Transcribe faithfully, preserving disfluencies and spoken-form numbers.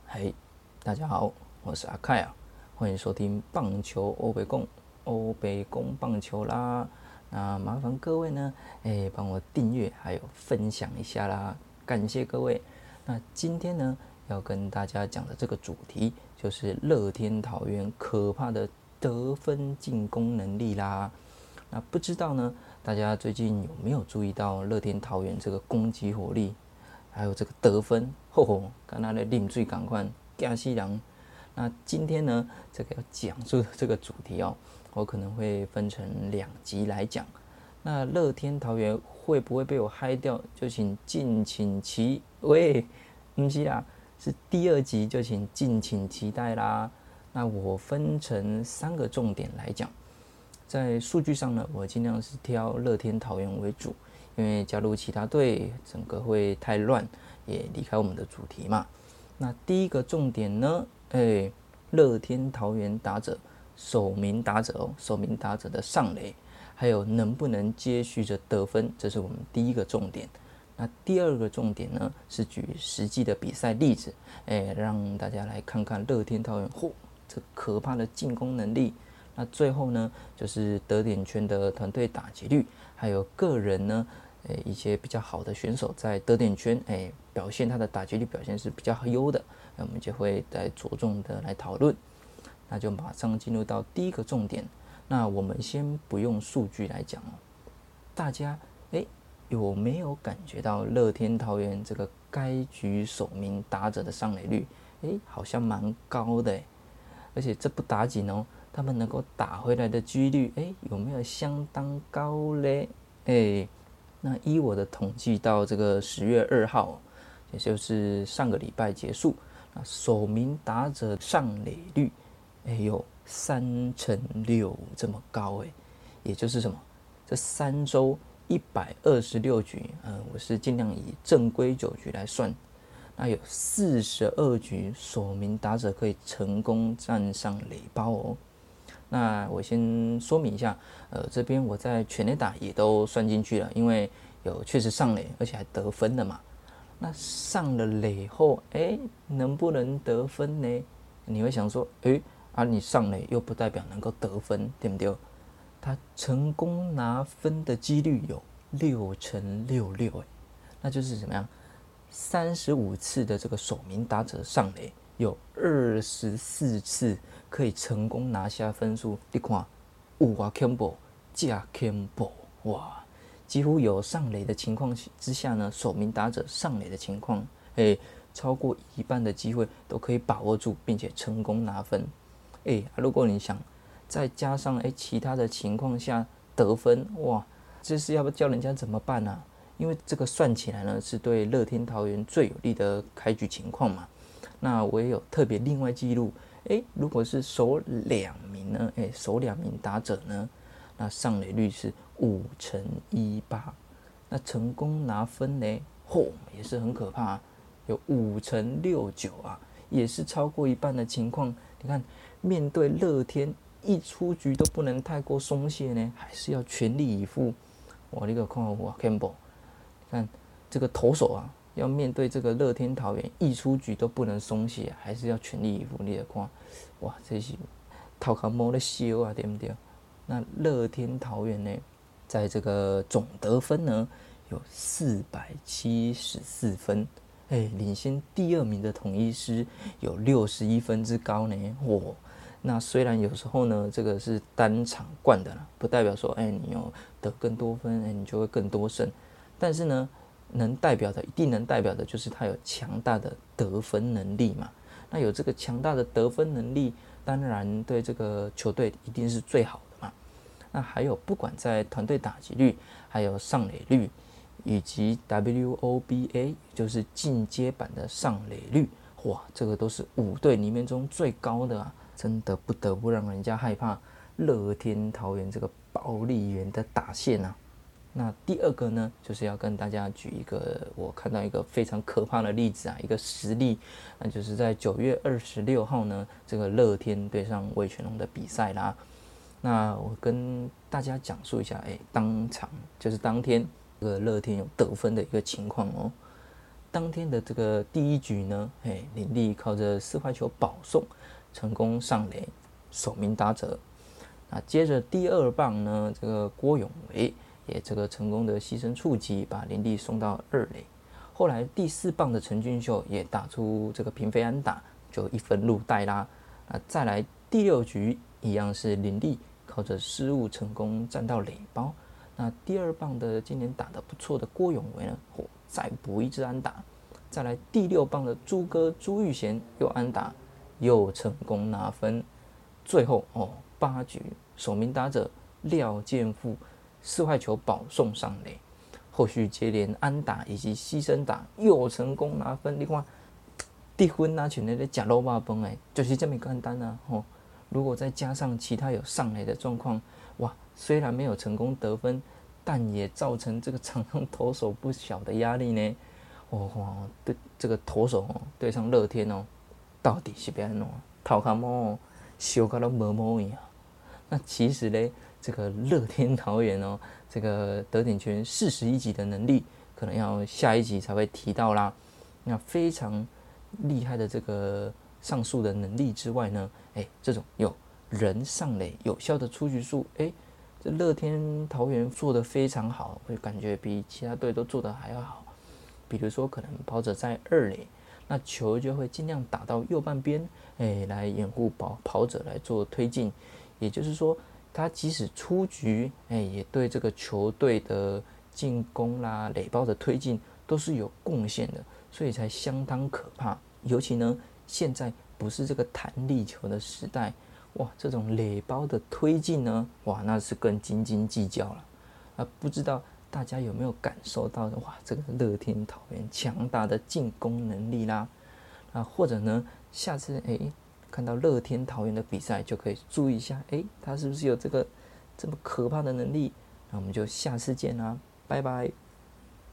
嘿，大家好，我是阿凯啊，欢迎收听棒球欧北共欧北共棒球啦。那麻烦各位呢，哎，帮我订阅还有分享一下啦，感谢各位。那今天呢，要跟大家讲的这个主题就是乐天桃园可怕的得分进攻能力啦。那不知道呢，大家最近有没有注意到乐天桃园这个攻击火力？还有这个得分，吼吼，跟他的啉水赶快，惊死人。那今天呢，这个要讲述的这个主题哦，我可能会分成两集来讲。那乐天桃园会不会被我嗨掉？就请敬请期喂，不是啦，是第二集，就请敬请期待啦。那我分成三个重点来讲，在数据上呢，我尽量是挑乐天桃园为主。因为加入其他队，整个会太乱，也离开我们的主题嘛。那第一个重点呢，哎，乐天桃园打者首名打者哦，首名打者的上垒，还有能不能接续着得分，这是我们第一个重点。那第二个重点呢，是举实际的比赛例子，哎，让大家来看看乐天桃园，嚯，这可怕的进攻能力。那最后呢，就是得点圈的团队打击率，还有个人呢。诶，一些比较好的选手在得点圈，诶，表现他的打击率表现是比较优的，那我们就会再着重的来讨论。那就马上进入到第一个重点。那我们先不用数据来讲哦，大家诶有没有感觉到乐天桃园这个该局首名打者的上垒率，诶，好像蛮高的诶，而且这不打紧哦，他们能够打回来的几率，诶，有没有相当高嘞？诶。那依我的统计，到这个十月二号，也就是上个礼拜结束，那首名打者上垒率，哎有三成六这么高哎，也就是什么？这三周一百二十六局，嗯，我是尽量以正规九局来算，那有四十二局首名打者可以成功站上垒包哦。那我先说明一下，呃，这边我在全垒打也都算进去了，因为有确实上垒，而且还得分的嘛。那上了垒后，哎，能不能得分呢？你会想说，哎，啊，你上垒又不代表能够得分，对不对？他成功拿分的几率有六乘六六，哎，那就是怎么样？三十五次的这个首名打者上垒，有二十四次可以成功拿下分数。你看，有啊 Campbell 加 Campbell， 哇，几乎有上垒的情况之下呢，首名打者上垒的情况，哎，超过一半的机会都可以把握住，并且成功拿分。哎，如果你想再加上哎其他的情况下得分，哇，这是要不教人家怎么办啊？因为这个算起来呢，是对乐天桃园最有利的开局情况嘛。那我也有特别另外记录，诶，如果是首两名呢，诶，首两名打者呢，那上垒率是五乘一八，那成功拿分呢，嚯，也是很可怕，有五乘六九啊，也是超过一半的情况。你看，面对乐天一出局都不能太过松懈呢，还是要全力以赴。哇，你个看我 Campbell。看这个投手啊，要面对这个乐天桃园，一出局都不能松懈，还是要全力以赴。你来看，哇，这是头壳摸咧烧啊，对不对？那乐天桃园呢，在这个总得分呢有四百七十四分，哎，领先第二名的统一狮有六十一分之高呢，哇！那虽然有时候呢，这个是单场冠的啦，不代表说，哎，你有得更多分，哎，你就会更多胜。但是呢，能代表的一定能代表的就是他有强大的得分能力嘛。那有这个强大的得分能力，当然对这个球队一定是最好的嘛。那还有不管在团队打击率、还有上垒率，以及 W O B A， 就是进阶版的上垒率，哇，这个都是五队里面中最高的啊，真的不得不让人家害怕乐天桃园这个暴力员的打线啊。那第二个呢，就是要跟大家举一个我看到一个非常可怕的例子啊，一个实例，那就是在九月二十六号呢，这个乐天对上味全龙的比赛啦。那我跟大家讲述一下，哎，当场就是当天这个乐天有得分的一个情况哦。 当天的这个第一局呢，哎，林立靠着四坏球保送成功上垒，首名打者。那接着第二棒呢，这个郭永维也这个成功的牺牲触击，把林立送到二垒。后来第四棒的陈俊秀也打出这个平飞安打，就一分入袋啦。那再来第六局一样是林立靠着失误成功站到垒包。那第二棒的今年打得不错的郭永维呢，哦，再补一支安打。再来第六棒的朱哥朱玉贤又安打，又成功拿分。最后哦，八局首名打者廖健富四坏球保送上垒，后续接连安打以及牺牲打又成功拿分。你看得分拿像那个吃肉肉饭哎，就是这么简单啊！哦，如果再加上其他有上垒的状况，哇，虽然没有成功得分，但也造成这个场上投手不小的压力呢。哦，对这个投手哦，对上乐天哦，到底是要安怎头壳毛修到都无毛样？那其实呢，这个乐天桃园哦，这个得点圈四十一级的能力，可能要下一集才会提到啦。那非常厉害的这个上述的能力之外呢，哎，这种有人上垒有效的出局数，哎，这乐天桃园做得非常好，会感觉比其他队都做得还要好。比如说，可能跑者在二垒，那球就会尽量打到右半边，哎，来掩护跑跑者来做推进。也就是说，他即使出局，哎，也对这个球队的进攻啦、垒包的推进都是有贡献的，所以才相当可怕。尤其呢，现在不是这个弹力球的时代，哇，这种垒包的推进呢，哇，那是更斤斤计较了。啊，不知道大家有没有感受到哇，这个乐天桃园强大的进攻能力啦？啊，或者呢，下次哎看到乐天桃园的比赛，就可以注意一下，哎，他是不是有这个这么可怕的能力？那我们就下次见啦，拜拜。